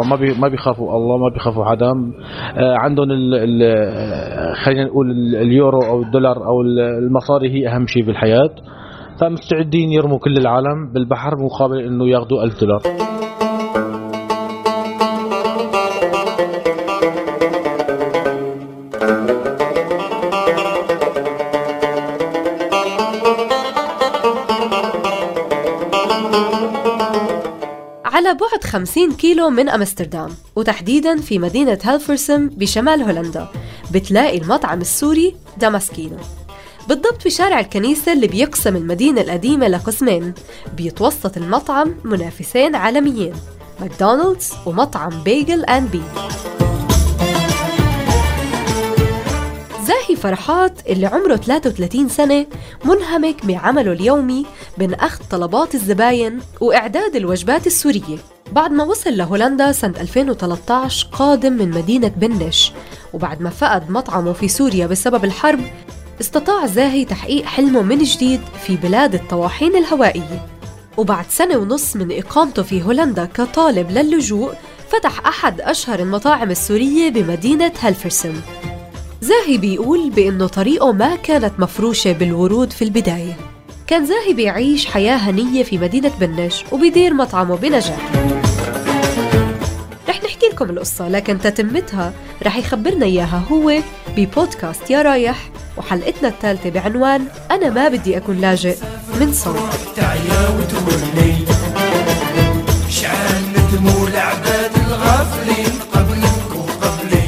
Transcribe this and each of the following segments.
ما بيخافوا الله، ما بيخافوا حدا. عندهم خلينا نقول اليورو أو الدولار أو المصاري هي أهم شيء بالحياة، فمستعدين يرموا كل العالم بالبحر مقابل إنه ياخدوا $1000. على بعد 50 كيلو من أمستردام، وتحديداً في مدينة هالفرسم بشمال هولندا، بتلاقي المطعم السوري داماسكينو، بالضبط في شارع الكنيسة اللي بيقسم المدينة القديمة لقسمين. بيتوسط المطعم منافسين عالميين، ماكدونالدز ومطعم بيجل أند بي. زاهي فرحات اللي عمره 33 سنة منهمك بعمله اليومي بين أخذ طلبات الزباين وإعداد الوجبات السورية. بعد ما وصل لهولندا سنة 2013 قادم من مدينة بنش، وبعد ما فقد مطعمه في سوريا بسبب الحرب، استطاع زاهي تحقيق حلمه من جديد في بلاد الطواحين الهوائية. وبعد 1.5 سنة من إقامته في هولندا كطالب للجوء، فتح أحد أشهر المطاعم السورية بمدينة هالفرسم. زاهي بيقول بأنه طريقه ما كانت مفروشة بالورود في البداية. كان زاهي بيعيش حياة هنية في مدينة بنش وبيدير مطعمه بنجاح. رح نحكي لكم القصة، لكن تتمتها رح يخبرنا إياها هو ببودكاست يا رايح، وحلقتنا الثالثة بعنوان أنا ما بدي أكون لاجئ من صوت. شعال ندمو لعباد الغافلين قبلك وقبلي،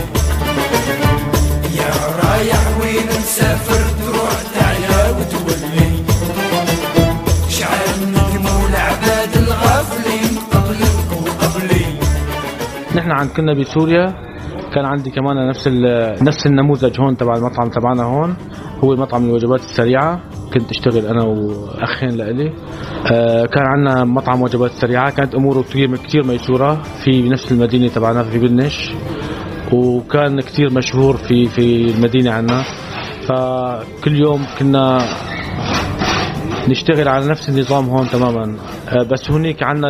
يا رايح وين مسافر تروح تعيا وتولي، شعال ندمو لعباد الغافلين قبلك وقبلي. نحن كنا بسوريا، كان عندي كمان نفس النموذج هون تبع المطعم تبعنا هون، هو مطعم الوجبات السريعة. كنت اشتغل أنا وأخين لإلي، كان عندنا مطعم وجبات سريعة، كانت أموره كتير ميسورة في نفس المدينة تبعنا في بنش، وكان كتير مشهور في المدينة عنا. فكل يوم كنا نشتغل على نفس النظام هون تماما، بس هناك عنا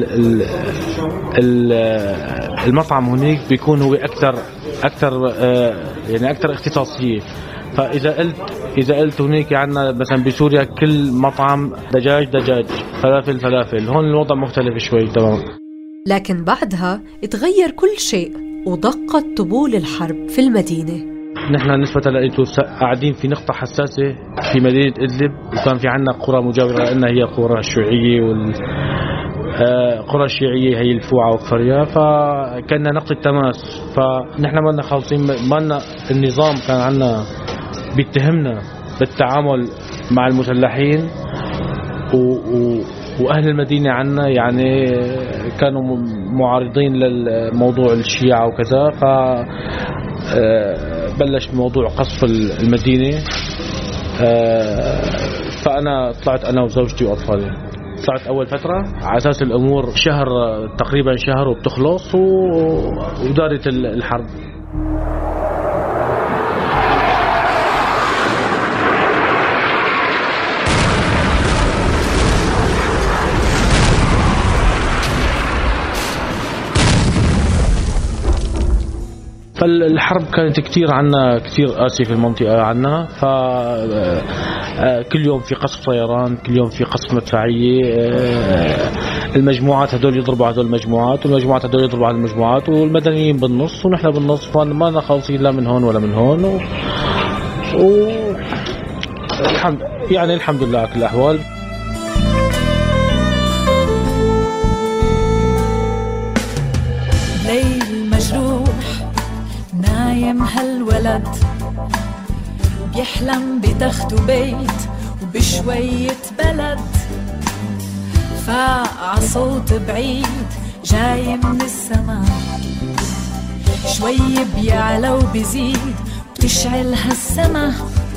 المطعم هناك بيكون هو أكثر يعني أكثر اختصاصية. فإذا قلت هناك عنا مثلا بسوريا كل مطعم دجاج، فلافل، هون الوضع مختلف شوي تمام. لكن بعدها اتغير كل شيء، ودقت طبول الحرب في المدينة. نحن نسبة لقيتو قاعدين في نقطة حساسة في مدينة إدلب، وكان في عنا قرى مجاورة لأنها هي القرى الشيوعية، والقرى الشيوعية هي الفوعة وكفريا، فكنا نقطة تماس. فنحن ما لنا خالصين، ما لنا النظام كان عنا بيتهمنا بالتعامل مع المسلحين، وأهل المدينة عنا يعني كانوا معارضين للموضوع الشيعة وكذا. بلش موضوع قصف المدينة، فأنا طلعت أنا وزوجتي وأطفالي. طلعت أول فترة على أساس الأمور تقريبا شهر وبتخلص، ودارت الحرب. فالحرب كانت كتير قاسية في المنطقة عنا. كل يوم في قصف طيران، كل يوم في قصف مدفعية. المجموعات هدول يضربوا على هدول المجموعات، والمجموعات هدول يضربوا على المجموعات، والمدنيين بالنص ونحن بالنص. فما لنا خالصين لا من هون ولا من هون. الحمد لله على كل الأحوال. نايم هالولد بيحلم بتخت وبيت وبشوية بلد، فعصوت بعيد جاي من السما، شوي بيعلى وبيزيد بتشعل هالسما،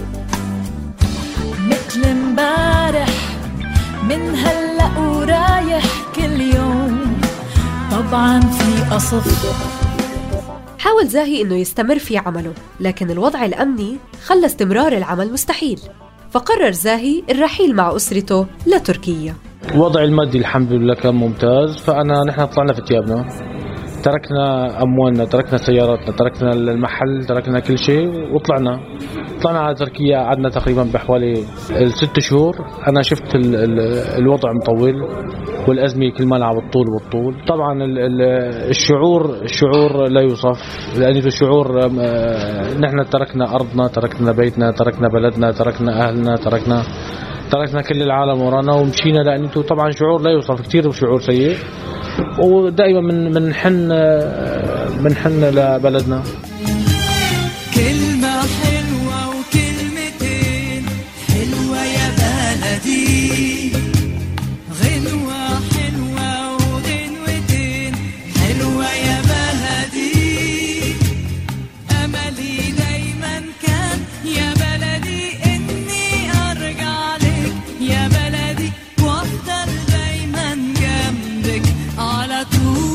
مثل امبارح من هلأ ورايح كل يوم، طبعا في قصف. حاول زاهي إنه يستمر في عمله، لكن الوضع الأمني خلى استمرار العمل مستحيل. فقرر زاهي الرحيل مع أسرته لتركيا. الوضع المادي الحمد لله كان ممتاز، نحن طلعنا في ثيابنا، تركنا أموالنا، تركنا سياراتنا، تركنا المحل، تركنا كل شيء وطلعنا على تركيا. قعدنا تقريبا بحوالي 6 شهور. أنا شفت الوضع مطول والأزمة كل ما عم بتطول. طبعا الشعور لا يوصف، لأن الشعور نحن تركنا أرضنا، تركنا بيتنا، تركنا بلدنا، تركنا أهلنا، تركنا كل العالم ورانا ومشينا، لأن طبعا شعور لا يوصف، كتير شعور سيء. ودائما منحن لبلدنا. كلمة حلوة وكلمتين حلوة يا بلدي، غنوة حلوة وغنوتين حلوة يا بلدي، أملي دايما كان يا بلدي إني أرجع لك يا بلدي وأفضل دايما جنبك على طول.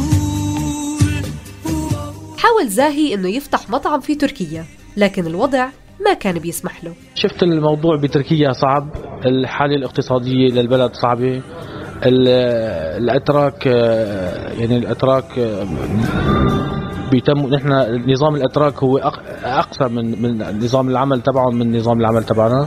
حاول زاهي إنه يفتح مطعم في تركيا، لكن الوضع ما كان بيسمح له. شفت الموضوع بتركيا صعب، الحالة الاقتصادية للبلد صعبة، الأتراك يعني الأتراك بيتم، نحن نظام الأتراك هو أقصى من نظام العمل تبعهم من نظام العمل تبعنا.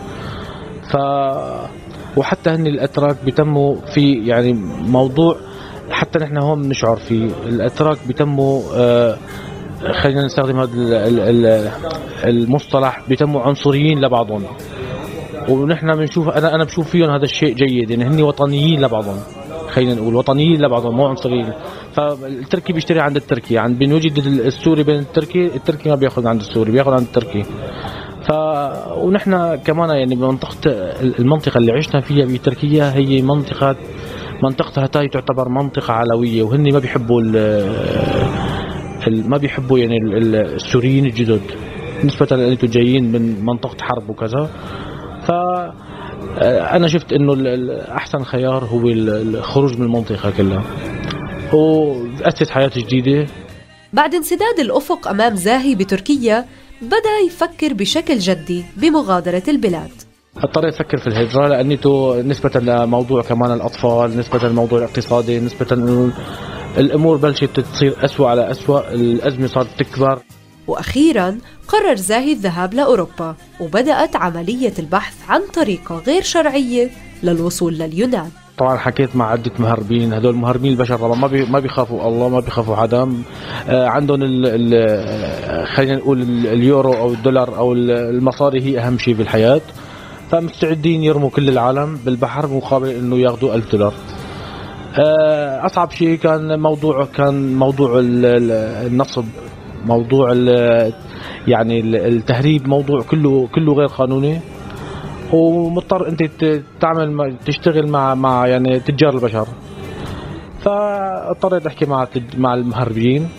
وحتى هن الأتراك بيتموا في يعني موضوع حتى نحن هون نشعر فيه. الأتراك بيتموا خلينا نستخدم هذا المصطلح، بيتموا عنصريين لبعضهم، ونحن بنشوف أنا بشوف فيهم هذا الشيء جيد، يعني هن وطنيين لبعضهم، خلينا نقول وطنيين لبعضهم مو عنصريين. فالتركي بيشتري عند التركي، عند بنوجد السوري بين التركي ما بياخذ عند السوري، بياخذ عند التركي. ونحن كمان يعني المنطقة اللي عشنا فيها بتركيا هي منطقة هتاي تعتبر منطقة علوية، وهن ما بيحبوا يعني السوريين الجدد نسبة لأنتوا جايين من منطقة حرب وكذا. فأنا شفت إنه الأحسن خيار هو الخروج من المنطقة كلها وأسس حياة جديدة. بعد انسداد الأفق أمام زاهي بتركيا بدأ يفكر بشكل جدي بمغادرة البلاد. اضطريت أفكر في الهجرة لأنه نسبة لموضوع كمان الأطفال، نسبة للموضوع الاقتصادي، نسبة إنه الأمور بلشت تصير أسوأ على أسوأ، الأزمة صارت تكبر. وأخيراً قرر زاهي الذهاب لأوروبا، وبدأت عملية البحث عن طريقة غير شرعية للوصول لليونان. طبعا حكيت مع عدة مهربين، هدول المهربين البشر طبعا ما بيخافوا الله، ما بيخافوا حدا. عندهم خلينا نقول اليورو أو الدولار أو المصاري هي أهم شيء بالحياة، فمستعدين يرموا كل العالم بالبحر مقابل إنه ياخذوا $1000. أصعب شيء كان موضوع النصب، موضوع يعني التهريب، موضوع كله غير قانوني، ومضطر أنت تشتغل مع يعني تجار البشر. فاضطريت أحكي مع المهربين،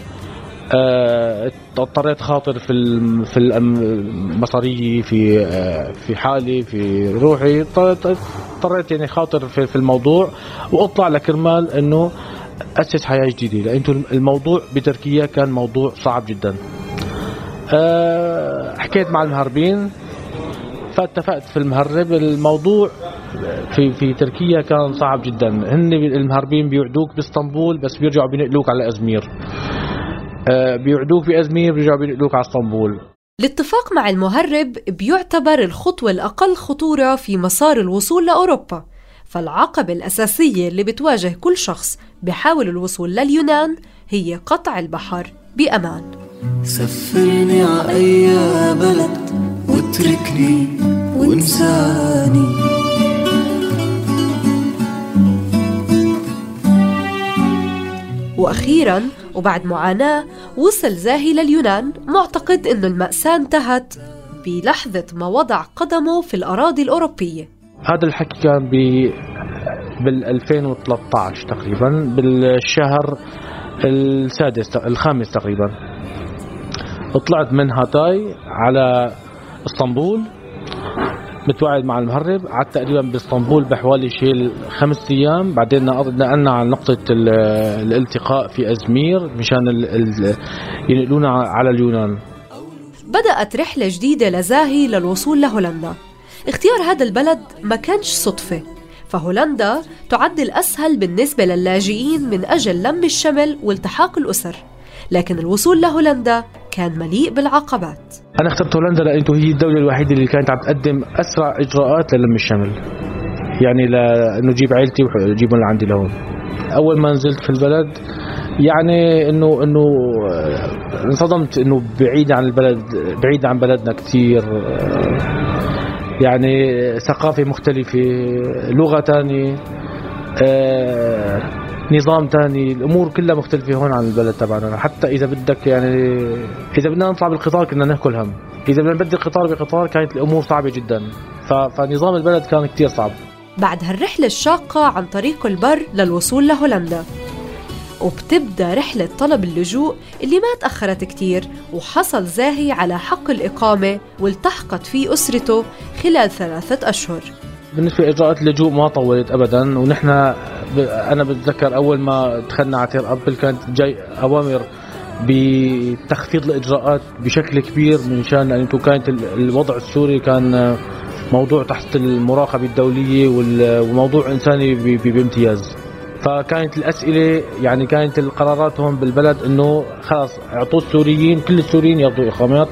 اضطريت خاطر في المصارية، في حالي، في روحي، اضطريت يعني خاطر في الموضوع واطلع لكرمال انه اسس حياة جديدة، لانه الموضوع بتركيا كان موضوع صعب جدا. حكيت مع المهربين فاتفقت في المهرب. الموضوع في تركيا كان صعب جدا، هن المهربين بيوعدوك باسطنبول بس بيرجعوا بينقلوك على أزمير، بيوعدوك بأزمير بيرجعوا بينقلوك على اسطنبول. الاتفاق مع المهرب بيعتبر الخطوة الأقل خطورة في مسار الوصول لأوروبا، فالعقبة الأساسية اللي بتواجه كل شخص بيحاول الوصول لليونان هي قطع البحر بأمان. سفرني ع أي بلد واتركني وانساني، وأخيراً وبعد معاناة وصل زاهي لليونان، معتقد أن المأساة انتهت بلحظة ما وضع قدمه في الأراضي الأوروبية. هذا الحكي كان بال2013 تقريبا، بالشهر الخامس تقريبا. طلعت من هاتاي على اسطنبول متوعد مع المهرب، قعدت تقريبا باسطنبول بحوالي 5 أيام، بعدين نقلنا على نقطة الالتقاء في أزمير مشان ينقلونا على اليونان. بدأت رحلة جديدة لزاهي للوصول لهولندا. اختيار هذا البلد ما كانش صدفة، فهولندا تعد الأسهل بالنسبة للاجئين من أجل لم الشمل والتحاق الأسر، لكن الوصول لهولندا كان مليء بالعقبات. أنا اخترت هولندا لأنه هي الدولة الوحيدة اللي كانت عم تقدم أسرع إجراءات للم الشمل، يعني لأنه جيب عائلتي وجيبهم لعندي لهون. أول ما نزلت في البلد يعني إنه انصدمت إنه بعيد عن البلد، بعيد عن بلدنا كتير، يعني ثقافة مختلفة، لغة تانية، نظام تاني، الأمور كلها مختلفة هون عن البلد تبعنا. حتى إذا بدك يعني إذا بدنا نطلع بالقطار كنا ناكل هم، إذا بدنا نبدل قطار بقطار كانت الأمور صعبة جدا، فنظام البلد كان كتير صعب. بعد هالرحلة الشاقة عن طريق البر للوصول لهولندا، وبتبدأ رحلة طلب اللجوء اللي ما تأخرت كتير، وحصل زاهي على حق الإقامة والتحقت فيه أسرته خلال 3 أشهر. بالنسبة لإجراءات اللجوء ما طولت أبدا، ونحن أنا بتذكر أول ما دخلنا على تير أبل كانت جاي أوامر بتخفيض الإجراءات بشكل كبير، من شان أنه كانت الوضع السوري كان موضوع تحت المراقبة الدولية وموضوع إنساني بامتياز. فكانت الأسئلة يعني كانت القرارات هون بالبلد إنه خلاص اعطوا السوريين، كل السوريين ياخذوا إقامات،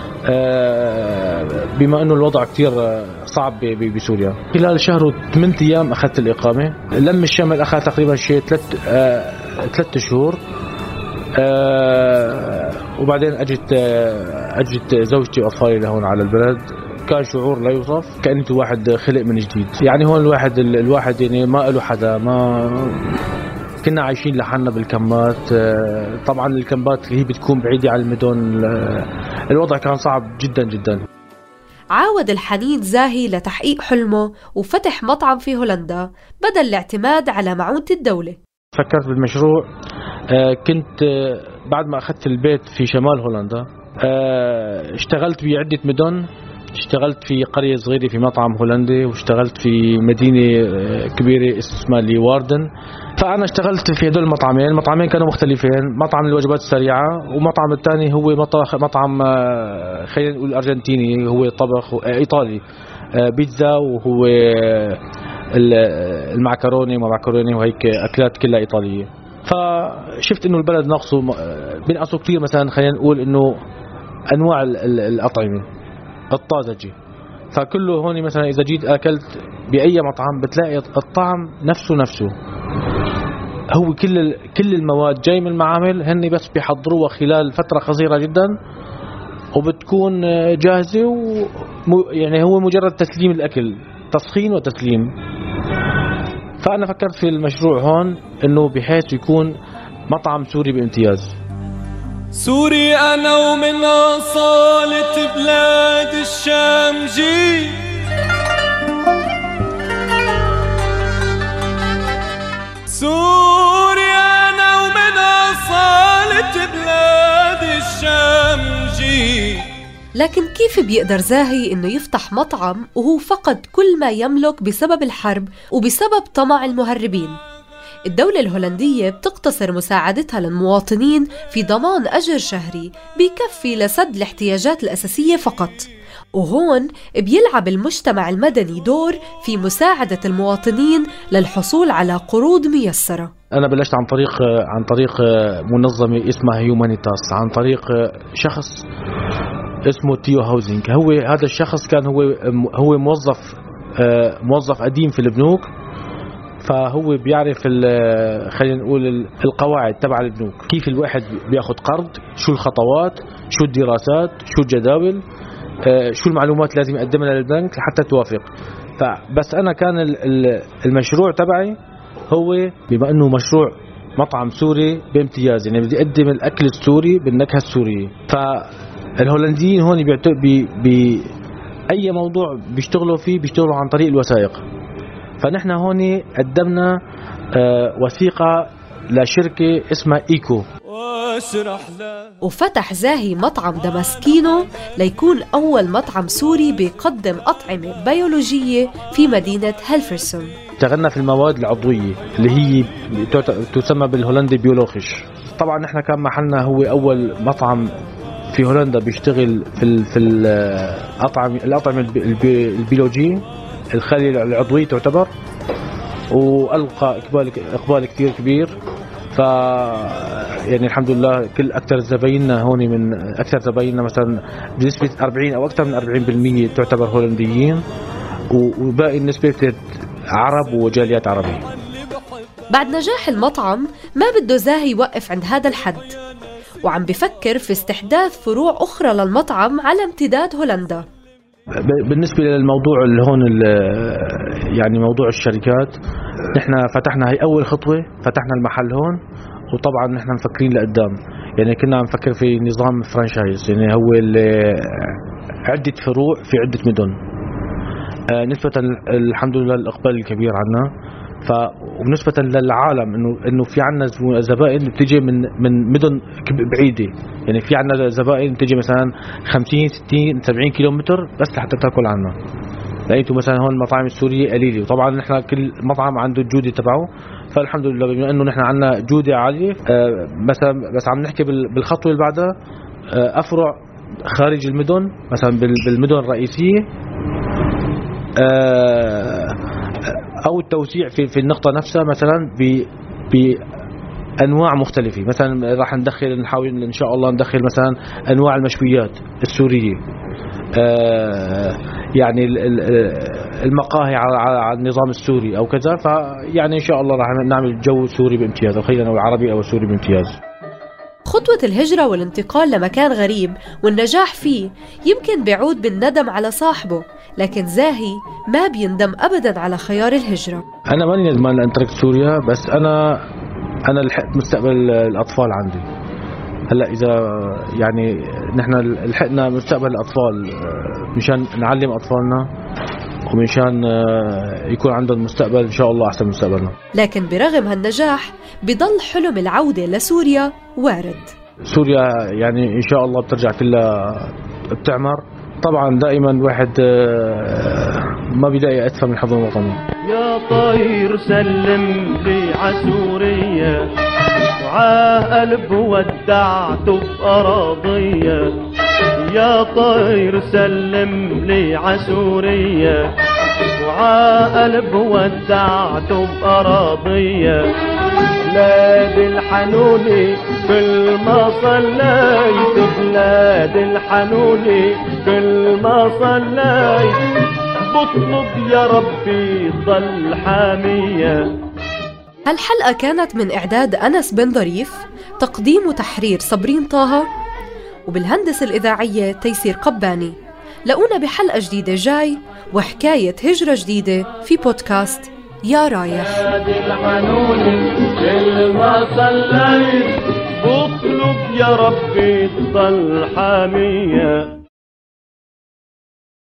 بما إنه الوضع كتير صعب بسوريا. خلال شهر و8 أيام أخذت الإقامة. لم الشمل أخذ تقريبا شيء 3 شهور، وبعدين أجت زوجتي وأطفالي لهون على البلد. كان شعور لا يوصف، كأنه واحد خلق من جديد. يعني هون الواحد يعني ما له حدا، ما كنا عايشين لحالنا بالكمبات. طبعا الكمبات هي بتكون بعيدة عن المدن، الوضع كان صعب جدا جدا. عاود الحنين زاهي لتحقيق حلمه وفتح مطعم في هولندا بدل الاعتماد على معونة الدولة. فكرت بالمشروع. كنت بعد ما أخذت البيت في شمال هولندا اشتغلت بعدة مدن. اشتغلت في قرية صغيرة في مطعم هولندي، واشتغلت في مدينة كبيرة اسمها ليواردن. فأنا اشتغلت في هدول المطعمين كانوا مختلفين. مطعم الوجبات السريعة، ومطعم الثاني هو مطعم خلينا نقول أرجنتيني، هو طبخ إيطالي، بيتزا، وهو المعكروني وهيك أكلات كلها إيطالية. فشفت إنه البلد بينقصوا كتير، مثلا خلينا نقول إنه أنواع الأطعمة الطازجة. فكله هون مثلا إذا جيت أكلت بأي مطعم بتلاقي الطعم نفسه. هو كل المواد جاي من المعامل، هن بس بيحضروها خلال فترة قصيرة جدا وبتكون جاهزة، يعني هو مجرد تسليم الأكل، تسخين وتسليم. فأنا فكرت في المشروع هون إنه بحيث يكون مطعم سوري بامتياز. سوري أنا ومن أصالة بلاد الشام جي، سوري أنا ومن أصالة بلاد الشام جي. لكن كيف بيقدر زاهي إنه يفتح مطعم وهو فقد كل ما يملك بسبب الحرب وبسبب طمع المهربين؟ الدولة الهولندية بتقتصر مساعدتها للمواطنين في ضمان أجر شهري بيكفي لسد الاحتياجات الأساسية فقط، وهون بيلعب المجتمع المدني دور في مساعدة المواطنين للحصول على قروض ميسرة. أنا بلشت عن طريق منظمة اسمها هيومانيتاس، عن طريق شخص اسمه تيو هاوزينج. هذا الشخص كان هو موظف قديم في البنوك، فهو بيعرف خلينا نقول القواعد تبع البنوك، كيف الواحد بياخد قرض، شو الخطوات، شو الدراسات، شو الجداول، شو المعلومات لازم يقدمها للبنك لحتى توافق. فبس أنا كان المشروع تبعي هو بما أنه مشروع مطعم سوري بامتياز، يعني بدي أقدم الأكل السوري بالنكهة السورية. فالهولنديين هون بأي موضوع بيشتغلوا فيه بيشتغلوا عن طريق الوثائق. فنحن هون قدمنا وثيقة لشركة اسمها إيكو، وفتح زاهي مطعم دمسكينو ليكون أول مطعم سوري بيقدم أطعمة بيولوجية في مدينة هيلفرسون. اشتغلنا في المواد العضوية اللي هي تسمى بالهولندي بيولوخش. طبعا نحن كان محلنا هو أول مطعم في هولندا بيشتغل في الأطعمة البيولوجية الخالية العضوية تعتبر. وألقى إقبال كثير كبير. يعني الحمد لله كل أكثر زبايننا هون، من أكثر زبايننا مثلا بنسبة 40 أو أكثر من 40% تعتبر هولنديين، وباقي النسبة عرب وجاليات عربية. بعد نجاح المطعم ما بده زاهي يوقف عند هذا الحد، وعم بفكر في استحداث فروع أخرى للمطعم على امتداد هولندا. بالنسبة للموضوع اللي هون يعني موضوع الشركات، نحن فتحنا هي أول خطوة، فتحنا المحل هون، وطبعا نحن مفكرين لقدام. يعني كنا نفكر في نظام فرانشايز، يعني هو عدة فروع في عدة مدن. نسبة الحمد لله الإقبال الكبير عنا، وبنسبة للعالم إنه في عنا زبائن بتيجي من مدن بعيدة. يعني في عنا زبائن بتيجي مثلا 50 60 70 كيلومتر بس لحتى تاكل عنا. لقيتوا مثلا هون المطاعم السورية قليلة، وطبعا نحن كل مطعم عنده الجودة تبعه، فالحمد لله بما إنه نحن عنا جودة عالية. مثلا بس عم نحكي بالخطوة اللي بعدها أفرع خارج المدن، مثلا بالمدن الرئيسية، أو التوسيع في النقطة نفسها، مثلا بأنواع مختلفة. مثلا راح نحاول إن شاء الله ندخل مثلا أنواع المشويات السورية، يعني المقاهي على النظام السوري أو كذا. فيعني إن شاء الله راح نعمل جو سوري بامتياز، أو خلينا نقول عربي أو سوري بامتياز. خطوة الهجرة والانتقال لمكان غريب والنجاح فيه يمكن بيعود بالندم على صاحبه، لكن زاهي ما بيندم أبداً على خيار الهجرة. أنا ماني ندمان أن تركت سوريا، بس أنا لحقت مستقبل الأطفال عندي. هلأ إذا يعني نحن لحقنا مستقبل الأطفال مشان نعلم أطفالنا، ومشان يكون عندهم مستقبل إن شاء الله أحسن مستقبلنا. لكن برغم هالنجاح بضل حلم العودة لسوريا وارد. سوريا يعني إن شاء الله بترجع كلها بتعمر. طبعا دائما الواحد ما بدأ أدفع من حضن وطني. يا طير سلم لي عسورية، وعقلب ودعته بأراضية. يا طير سلم لي عسورية، وعقلب ودعته بأراضية. بلاد الحنوني كل ما صليت، بلاد الحنوني كل ما صليت، بطلب يا ربي ضل حامية. هالحلقة كانت من إعداد أنس بن ظريف، تقديم وتحرير صبرين طه، وبالهندسة الإذاعية تيسير قباني. لقونا بحلقة جديدة جاي، وحكاية هجرة جديدة في بودكاست يا رايح. بطلب يا ربي تضل حامية.